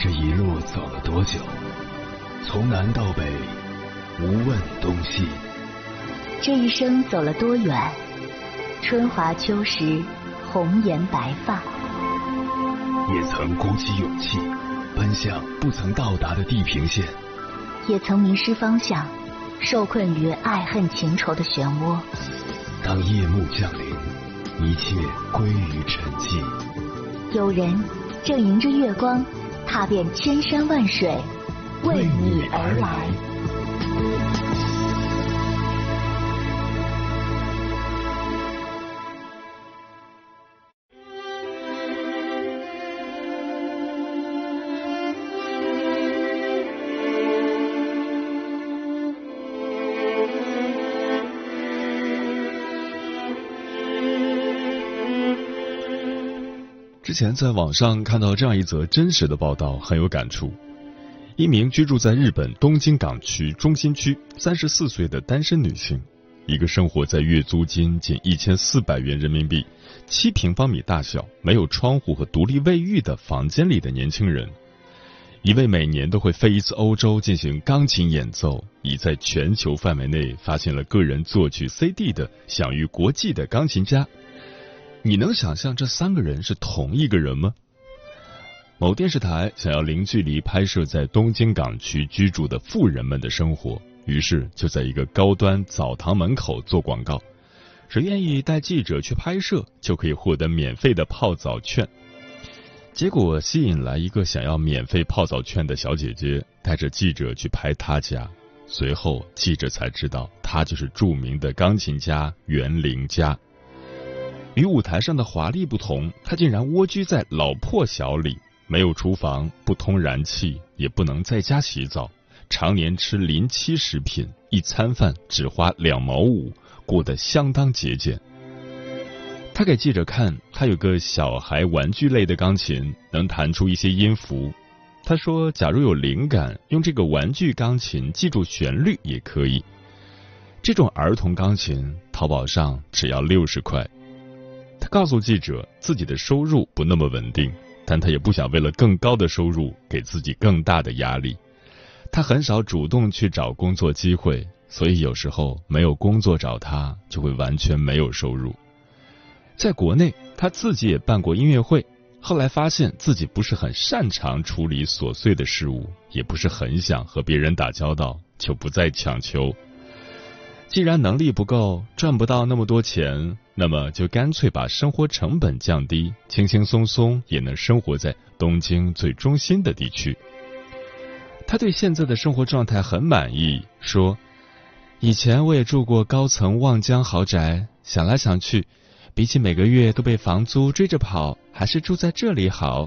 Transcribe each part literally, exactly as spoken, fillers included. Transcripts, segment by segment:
这一路走了多久？从南到北，无问东西。 这一生走了多远？春华秋实，红颜白发。 也曾鼓起勇气，奔向不曾到达的地平线。 也曾迷失方向，受困于爱恨情仇的漩涡。 当夜幕降临，一切归于沉寂。 有人正迎着月光，踏遍千山万水，为你而来。 之前在网上看到这样一则真实的报道，很有感触。一名居住在日本东京港区中心区三十四岁的单身女性，一个生活在月租金仅一千四百元人民币、七平方米大小、没有窗户和独立卫浴的房间里的年轻人，一位每年都会飞一次欧洲进行钢琴演奏，已在全球范围内发现了个人作曲 C D 的享誉国际的钢琴家。你能想象这三个人是同一个人吗？某电视台想要零距离拍摄在东京港区居住的富人们的生活，于是就在一个高端澡堂门口做广告，谁愿意带记者去拍摄，就可以获得免费的泡澡券。结果吸引来一个想要免费泡澡券的小姐姐，带着记者去拍她家。随后记者才知道，她就是著名的钢琴家袁凌佳。与舞台上的华丽不同，他竟然蜗居在老破小里，没有厨房，不通燃气，也不能在家洗澡，常年吃临期食品，一餐饭只花两毛五，过得相当节俭。他给记者看，他有个小孩玩具类的钢琴，能弹出一些音符。他说，假如有灵感，用这个玩具钢琴记住旋律也可以。这种儿童钢琴，淘宝上只要六十块。他告诉记者，自己的收入不那么稳定，但他也不想为了更高的收入给自己更大的压力。他很少主动去找工作机会，所以有时候没有工作找他，就会完全没有收入。在国内，他自己也办过音乐会，后来发现自己不是很擅长处理琐碎的事物，也不是很想和别人打交道，就不再强求。既然能力不够，赚不到那么多钱，那么就干脆把生活成本降低，轻轻松松也能生活在东京最中心的地区。他对现在的生活状态很满意，说：以前我也住过高层望江豪宅，想来想去，比起每个月都被房租追着跑，还是住在这里好。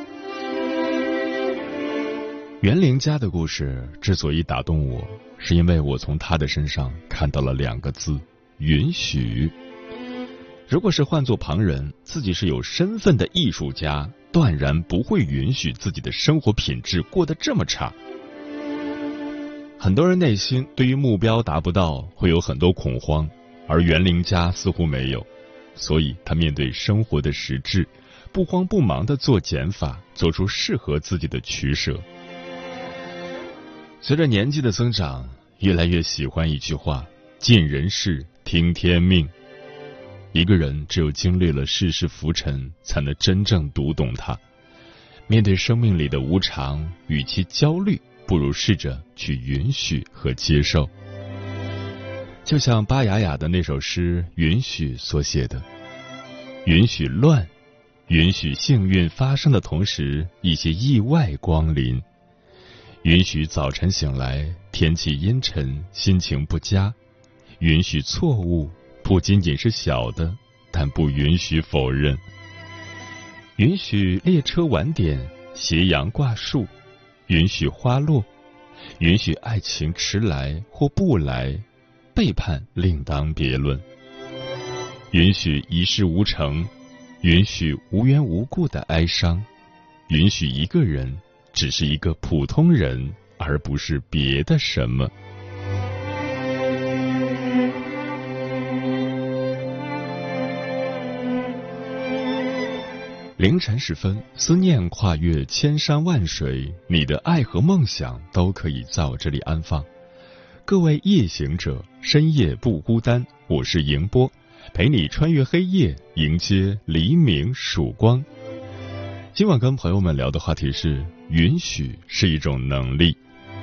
袁凌佳的故事之所以打动我，是因为我从他的身上看到了两个字：允许。如果是换作旁人，自己是有身份的艺术家，断然不会允许自己的生活品质过得这么差。很多人内心对于目标达不到会有很多恐慌，而袁凌佳似乎没有，所以他面对生活的实质，不慌不忙地做减法，做出适合自己的取舍。随着年纪的增长，越来越喜欢一句话：尽人事，听天命。一个人只有经历了世事浮沉，才能真正读懂它。面对生命里的无常，与其焦虑，不如试着去允许和接受。就像巴雅雅的那首诗《允许》所写的：允许乱，允许幸运发生的同时，一些意外光临。允许早晨醒来，天气阴沉，心情不佳。允许错误，不仅仅是小的，但不允许否认。允许列车晚点，斜阳挂树。允许花落，允许爱情迟来或不来，背叛另当别论。允许一事无成，允许无缘无故的哀伤，允许一个人只是一个普通人，而不是别的什么。 凌晨时分，思念跨越千山万水，你的爱和梦想都可以在我这里安放。各位夜行者，深夜不孤单，我是迎波，陪你穿越黑夜，迎接黎明曙光。今晚跟朋友们聊的话题是，允许是一种能力。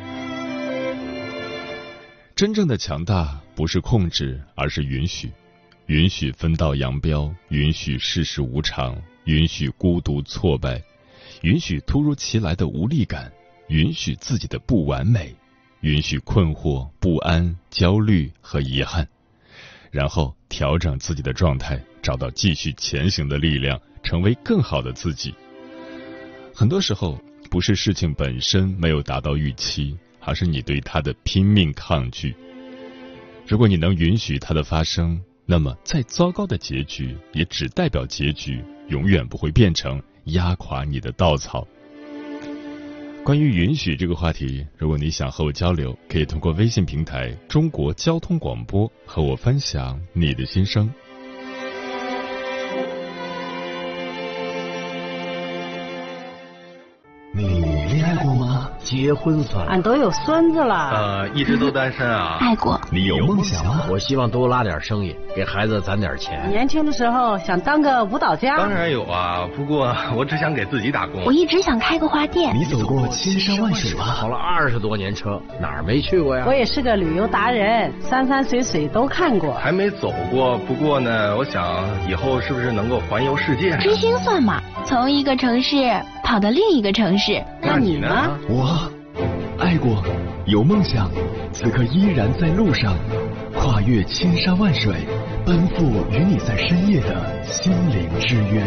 真正的强大不是控制，而是允许。允许分道扬镳，允许世事无常，允许孤独挫败，允许突如其来的无力感，允许自己的不完美，允许困惑、不安、焦虑和遗憾，然后调整自己的状态，找到继续前行的力量，成为更好的自己。很多时候，不是事情本身没有达到预期，而是你对它的拼命抗拒。如果你能允许它的发生，那么再糟糕的结局也只代表结局，永远不会变成压垮你的稻草。关于允许这个话题，如果你想和我交流，可以通过微信平台中国交通广播和我分享你的心声。 你恋爱过吗？ 结婚算了， 俺都有孙子了。 呃，一直都单身啊。 爱过。 你有梦想吗？ 我希望多拉点生意，给孩子攒点钱。 年轻的时候想当个舞蹈家。 当然有啊，不过我只想给自己打工。 我一直想开个花店。 你走过千山万水吗？ 跑了二十多年车，哪儿没去过呀？ 我也是个旅游达人，山山水水都看过。 还没走过，不过呢，我想以后是不是能够环游世界？ 追星算吗？从一个城市跑到另一个城市。 那你呢？ 我爱过，有梦想，此刻依然在路上，跨越千山万水，奔赴与你在深夜的心灵之约。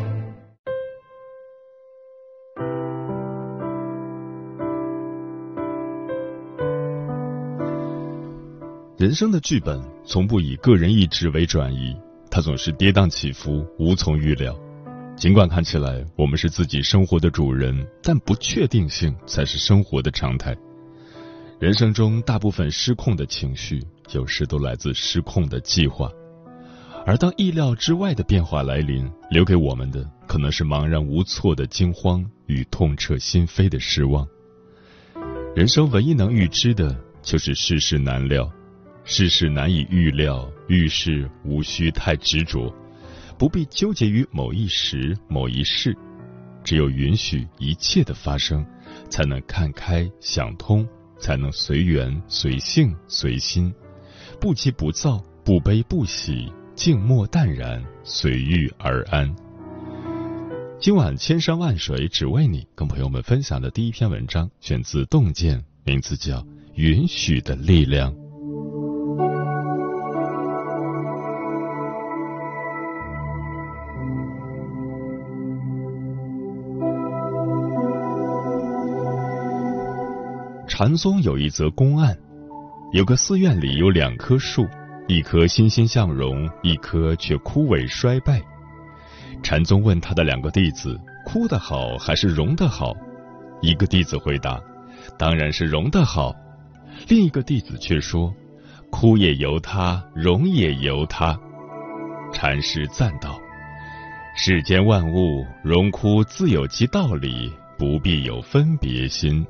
人生的剧本从不以个人意志为转移，它总是跌宕起伏，无从预料。尽管看起来我们是自己生活的主人，但不确定性才是生活的常态。人生中大部分失控的情绪，有时都来自失控的计划。而当意料之外的变化来临，留给我们的可能是茫然无措的惊慌与痛彻心扉的失望。人生唯一能预知的就是世事难料，世事难以预料，遇事无需太执着，不必纠结于某一时某一事，只有允许一切的发生，才能看开想通，才能随缘随性随心，不急不躁，不悲不喜，静默淡然，随遇而安。今晚千山万水只为你，跟朋友们分享的第一篇文章选自洞见，名字叫《允许的力量》。禅宗有一则公案，有个寺院里有两棵树，一棵欣欣向荣，一棵却枯萎衰败。禅宗问他的两个弟子，枯的好还是荣的好？一个弟子回答，当然是荣的好。另一个弟子却说，枯也由他，荣也由他。禅师赞道，世间万物荣枯自有其道理，不必有分别心。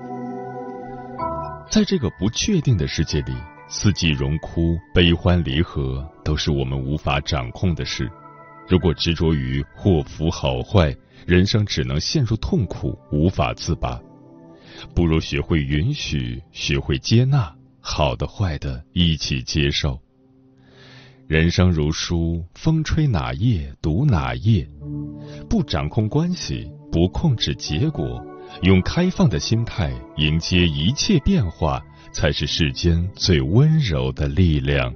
在这个不确定的世界里，四季荣枯，悲欢离合，都是我们无法掌控的事。如果执着于祸福好坏，人生只能陷入痛苦，无法自拔。不如学会允许，学会接纳，好的坏的一起接受。人生如书，风吹哪页读哪页。不掌控关系，不控制结果，用开放的心态迎接一切变化，才是世间最温柔的力量。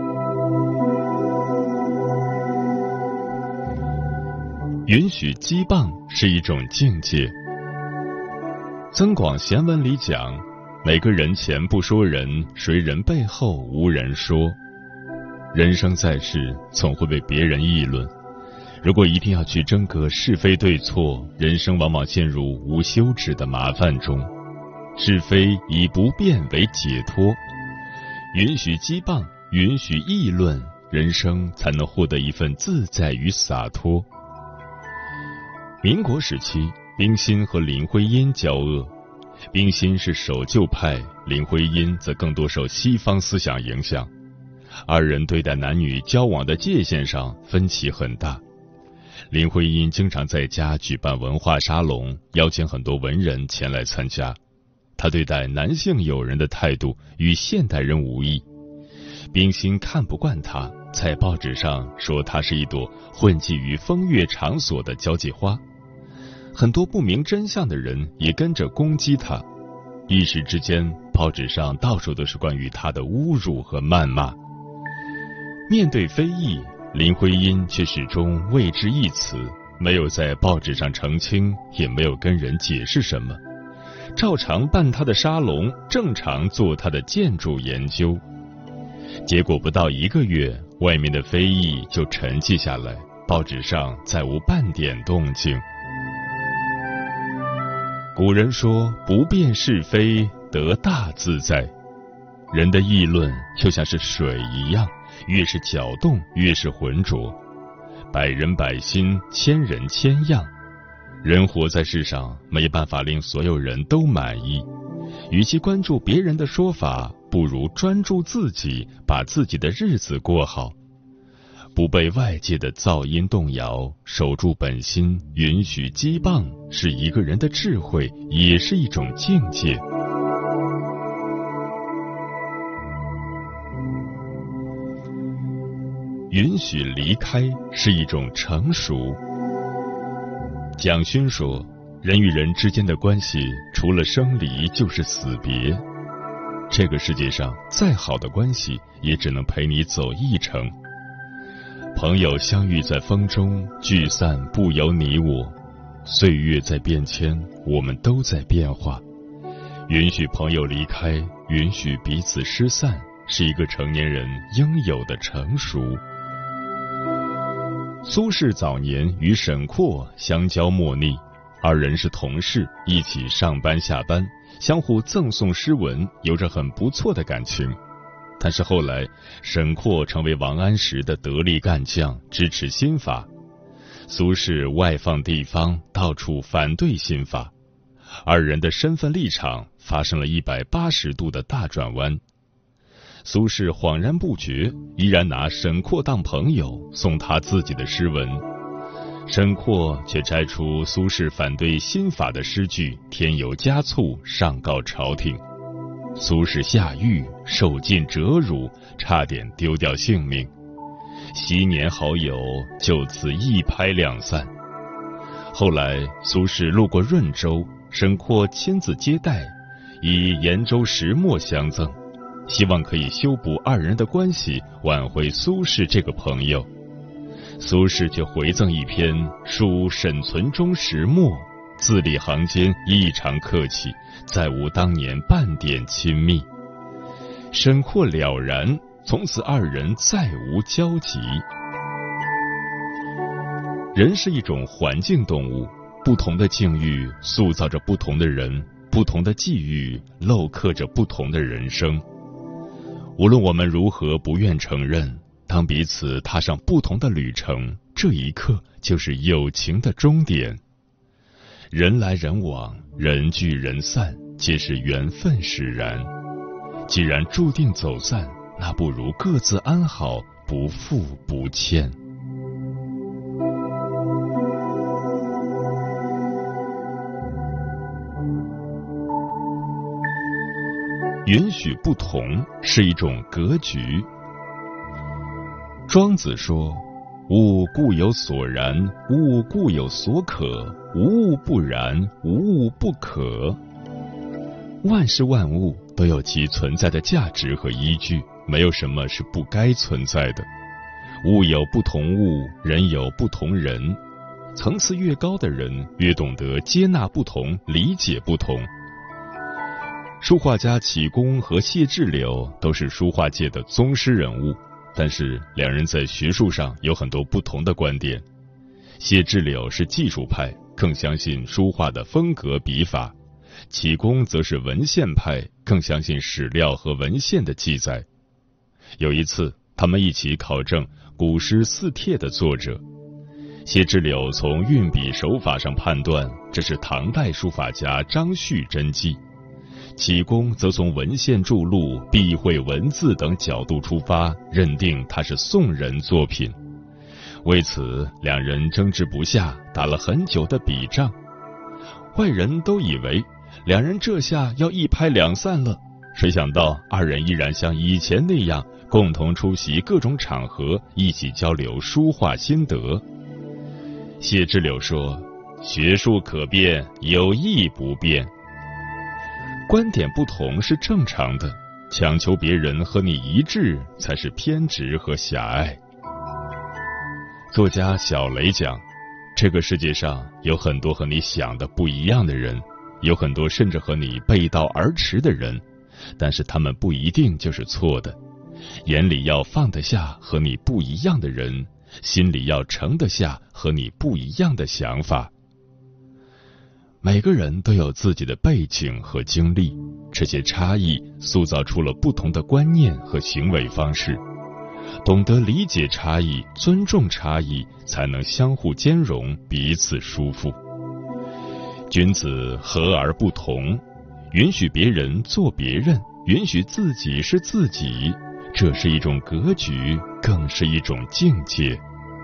允许羁绊是一种境界。增广贤文里讲，每个人前不说人，谁人背后无人说。人生在世，总会被别人议论。如果一定要去争个是非对错，人生往往陷入无休止的麻烦中。是非以不变为解脱，允许羁绊，允许议论，人生才能获得一份自在与洒脱。 民国时期，冰心和林徽因交恶，冰心是守旧派，林徽因则更多受西方思想影响。二人对待男女交往的界限上分歧很大。林徽因经常在家举办文化沙龙，邀请很多文人前来参加。她对待男性友人的态度与现代人无异。冰心看不惯她，在报纸上说她是一朵混迹于风月场所的交际花。很多不明真相的人也跟着攻击她，一时之间，报纸上到处都是关于她的侮辱和谩骂。面对非议，林徽因却始终未置一词，没有在报纸上澄清，也没有跟人解释什么，照常办她的沙龙，正常做她的建筑研究。结果不到一个月，外面的非议就沉寂下来，报纸上再无半点动静。古人说，不辨是非，得大自在。人的议论就像是水一样，越是搅动，越是浑浊。百人百心，千人千样。人活在世上，没办法令所有人都满意。与其关注别人的说法，不如专注自己，把自己的日子过好。不被外界的噪音动摇，守住本心，允许羁绊，是一个人的智慧，也是一种境界。允许离开是一种成熟。蒋勋说，人与人之间的关系，除了生离就是死别。这个世界上再好的关系，也只能陪你走一程。朋友相遇在风中，聚散不由你我。岁月在变迁，我们都在变化。允许朋友离开，允许彼此失散，是一个成年人应有的成熟。苏轼早年与沈括相交莫逆，二人是同事，一起上班下班，相互赠送诗文，有着很不错的感情。但是后来，沈括成为王安石的得力干将，支持新法；苏轼外放地方，到处反对新法。二人的身份立场发生了一百八十度的大转弯。苏轼恍然不觉，依然拿沈括当朋友，送他自己的诗文。沈括却摘出苏轼反对新法的诗句，添油加醋，上告朝廷。苏轼下狱，受尽折辱，差点丢掉性命。昔年好友就此一拍两散。后来苏轼路过润州，沈括亲自接待，以延州石墨相赠，希望可以修补二人的关系，挽回苏轼这个朋友。苏轼却回赠一篇书沈存中石墨，字里行间异常客气，再无当年半点亲密。沈括了然，从此二人再无交集。人是一种环境动物，不同的境遇塑造着不同的人，不同的际遇镂刻着不同的人生。无论我们如何不愿承认，当彼此踏上不同的旅程，这一刻就是友情的终点。人来人往，人聚人散，皆是缘分使然。既然注定走散，那不如各自安好，不负不欠。允许不同是一种格局。庄子说，物固有所然，物固有所可，无物不然，无物不可。万事万物都有其存在的价值和依据，没有什么是不该存在的。物有不同物，人有不同人。层次越高的人，越懂得接纳不同，理解不同。书画家启功和谢志柳都是书画界的宗师人物，但是两人在学术上有很多不同的观点。谢志柳是技术派，更相信书画的风格笔法；启功则是文献派，更相信史料和文献的记载。有一次，他们一起考证古诗四帖的作者。 谢之柳从运笔手法上判断，这是唐代书法家张旭真迹。启功则从文献著录、避讳文字等角度出发，认定它是宋人作品。为此，两人争执不下，打了很久的笔仗。外人都以为两人这下要一拍两散了，谁想到二人依然像以前那样，共同出席各种场合，一起交流书画心得。谢之柳说：“学术可变，有意不变。观点不同是正常的，强求别人和你一致才是偏执和狭隘。”作家小雷讲，这个世界上有很多和你想的不一样的人，有很多甚至和你背道而驰的人，但是他们不一定就是错的。眼里要放得下和你不一样的人，心里要盛得下和你不一样的想法。每个人都有自己的背景和经历，这些差异塑造出了不同的观念和行为方式。懂得理解差异，尊重差异，才能相互兼容，彼此舒服。君子和而不同，允许别人做别人，允许自己是自己，这是一种格局，更是一种境界。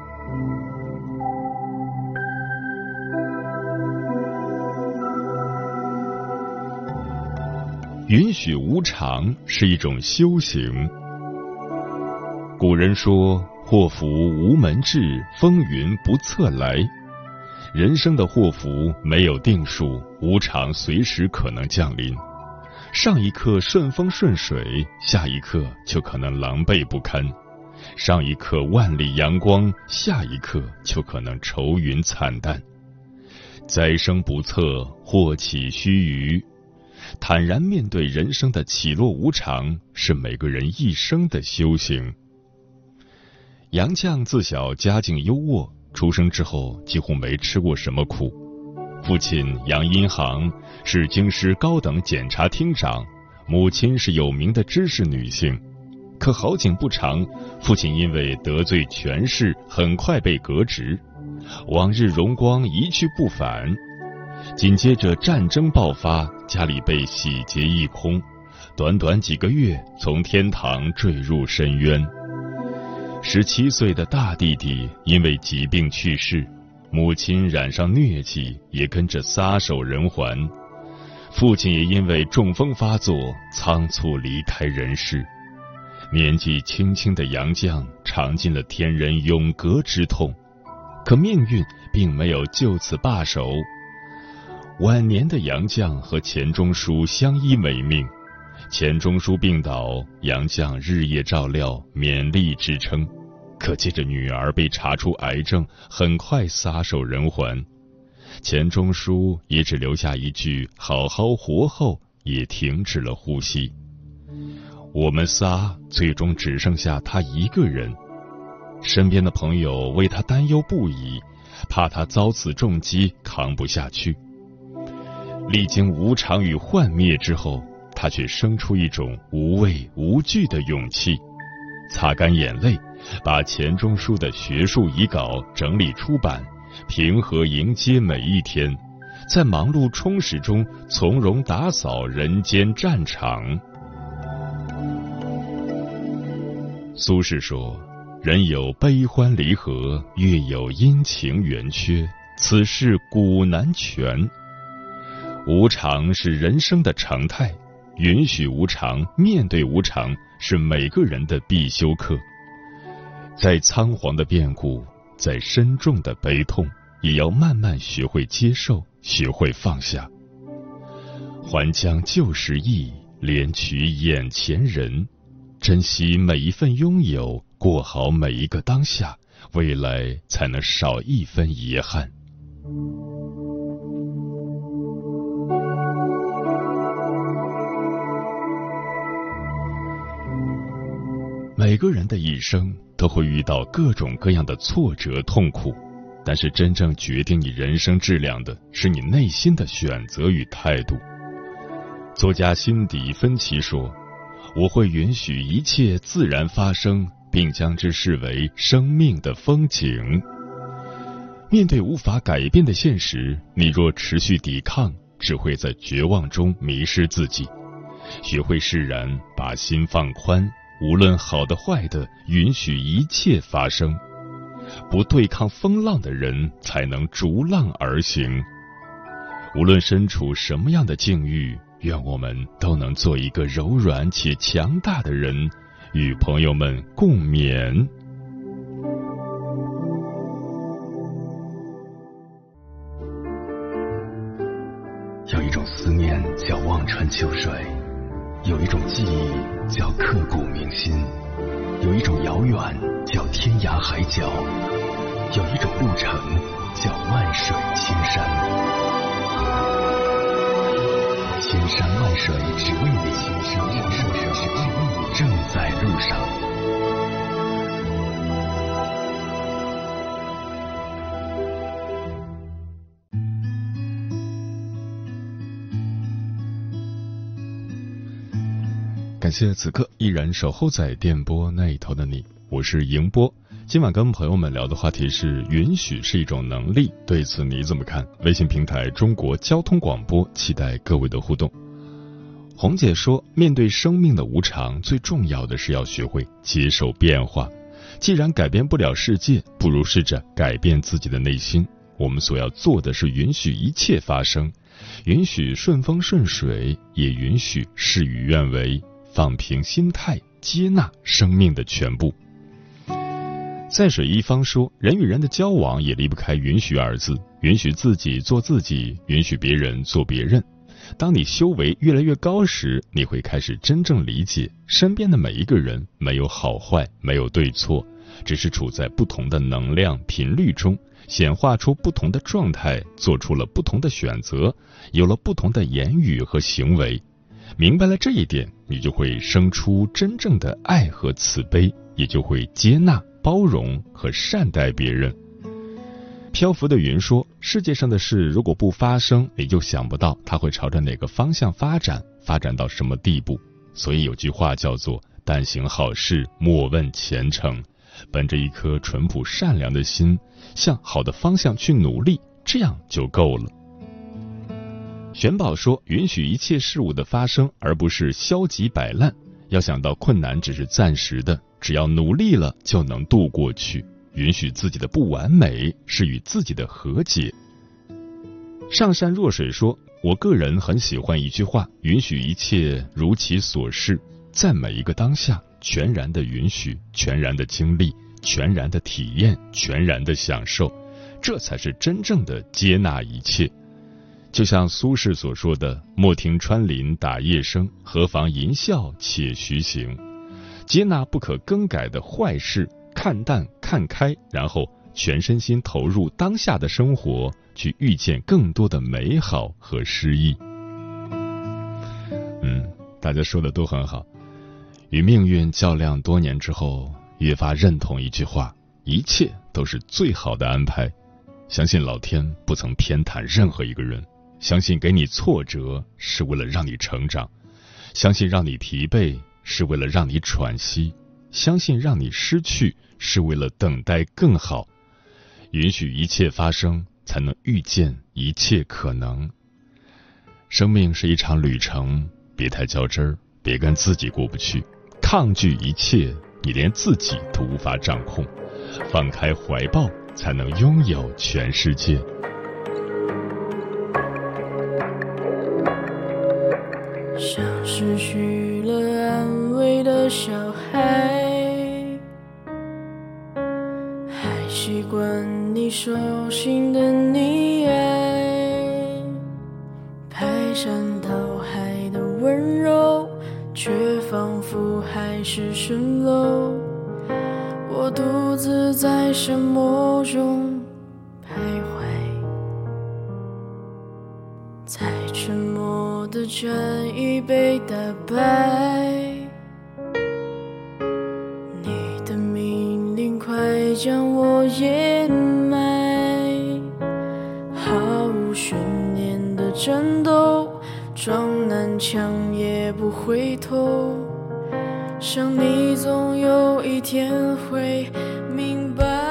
允许无常是一种修行。古人说：“祸福无门至，风云不测来。”人生的祸福没有定数，无常随时可能降临。上一刻顺风顺水，下一刻就可能狼狈不堪；上一刻万里阳光，下一刻就可能愁云惨淡。灾生不测，祸起须臾。坦然面对人生的起落无常，是每个人一生的修行。杨绛自小家境优渥，出生之后几乎没吃过什么苦。父亲杨荫行是京师高等检察厅长，母亲是有名的知识女性。可好景不长，父亲因为得罪权势，很快被革职，往日荣光一去不返。紧接着战争爆发，家里被洗劫一空，短短几个月从天堂坠入深渊。十七岁的大弟弟因为疾病去世，母亲染上疟疾，也跟着撒手人寰。父亲也因为中风发作，仓促离开人世。年纪轻轻的杨绛尝尽了天人永隔之痛，可命运并没有就此罢手。晚年的杨绛和钱钟书相依为命，钱钟书病倒，杨绛日夜照料，勉力支撑。可接着女儿被查出癌症，很快撒手人寰。钱钟书也只留下一句好好活后，也停止了呼吸。我们仨最终只剩下他一个人，身边的朋友为他担忧不已，怕他遭此重击扛不下去。历经无常与幻灭之后，他却生出一种无畏无惧的勇气，擦干眼泪，把钱钟书的学术遗稿整理出版，平和迎接每一天，在忙碌充实中从容打扫人间战场。苏轼说：“人有悲欢离合，月有阴晴圆缺，此事古难全。”无常是人生的常态，允许无常，面对无常，是每个人的必修课。再仓皇的变故，再深重的悲痛，也要慢慢学会接受，学会放下。还将旧时意，怜取眼前人。珍惜每一份拥有，过好每一个当下，未来才能少一分遗憾。每个人的一生都会遇到各种各样的挫折痛苦，但是真正决定你人生质量的是你内心的选择与态度。作家辛迪·芬奇说：“我会允许一切自然发生，并将之视为生命的风景。” 面对无法改变的现实，你若持续抵抗，只会在绝望中迷失自己。学会释然，把心放宽，无论好的坏的，允许一切发生。不对抗风浪的人，才能逐浪而行。无论身处什么样的境遇，愿我们都能做一个柔软且强大的人，与朋友们共勉。 有一种思念叫望穿秋水，有一种记忆叫刻骨铭心，有一种遥远叫天涯海角，有一种路程叫万水千山。千山万水只为你，千山万水只为你，正在路上。 感谢此刻依然守候在电波那一头的你，我是迎波。今晚跟朋友们聊的话题是允许是一种能力，对此你怎么看？微信平台中国交通广播，期待各位的互动。红姐说，面对生命的无常，最重要的是要学会接受变化。既然改变不了世界，不如试着改变自己的内心。我们所要做的是允许一切发生，允许顺风顺水，也允许事与愿违，放平心态，接纳生命的全部。在水一方说，人与人的交往也离不开允许二字，允许自己做自己，允许别人做别人。当你修为越来越高时，你会开始真正理解身边的每一个人没有好坏，没有对错，只是处在不同的能量频率中，显化出不同的状态，做出了不同的选择，有了不同的言语和行为。明白了这一点，你就会生出真正的爱和慈悲，也就会接纳、包容和善待别人。漂浮的云说，世界上的事如果不发生，你就想不到它会朝着哪个方向发展，发展到什么地步。所以有句话叫做，但行好事，莫问前程。本着一颗淳朴善良的心，向好的方向去努力，这样就够了。玄宝说，允许一切事物的发生，而不是消极摆烂。要想到困难只是暂时的，只要努力了就能度过去。允许自己的不完美，是与自己的和解。上善若水说，我个人很喜欢一句话，允许一切如其所是，在每一个当下，全然的允许，全然的经历，全然的体验，全然的享受，这才是真正的接纳一切。就像苏轼所说的，莫听穿林打叶声，何妨吟啸且徐行。接纳不可更改的坏事，看淡看开，然后全身心投入当下的生活，去遇见更多的美好和诗意。嗯，大家说的都很好。与命运较量多年之后，越发认同一句话，一切都是最好的安排。相信老天不曾偏袒任何一个人，相信给你挫折是为了让你成长，相信让你疲惫是为了让你喘息，相信让你失去是为了等待更好。允许一切发生，才能遇见一切可能。生命是一场旅程，别太较真儿，别跟自己过不去。抗拒一切，你连自己都无法掌控。放开怀抱，才能拥有全世界。 像失去了安慰的小孩，还习惯你手心的溺爱，排山倒海的温柔，却仿佛海市蜃楼。我独自在沙漠中徘徊，在沉默的战役被打败，你的命令快将我掩埋，毫无悬念的战斗，撞南墙也不回头，想你总有一天会明白。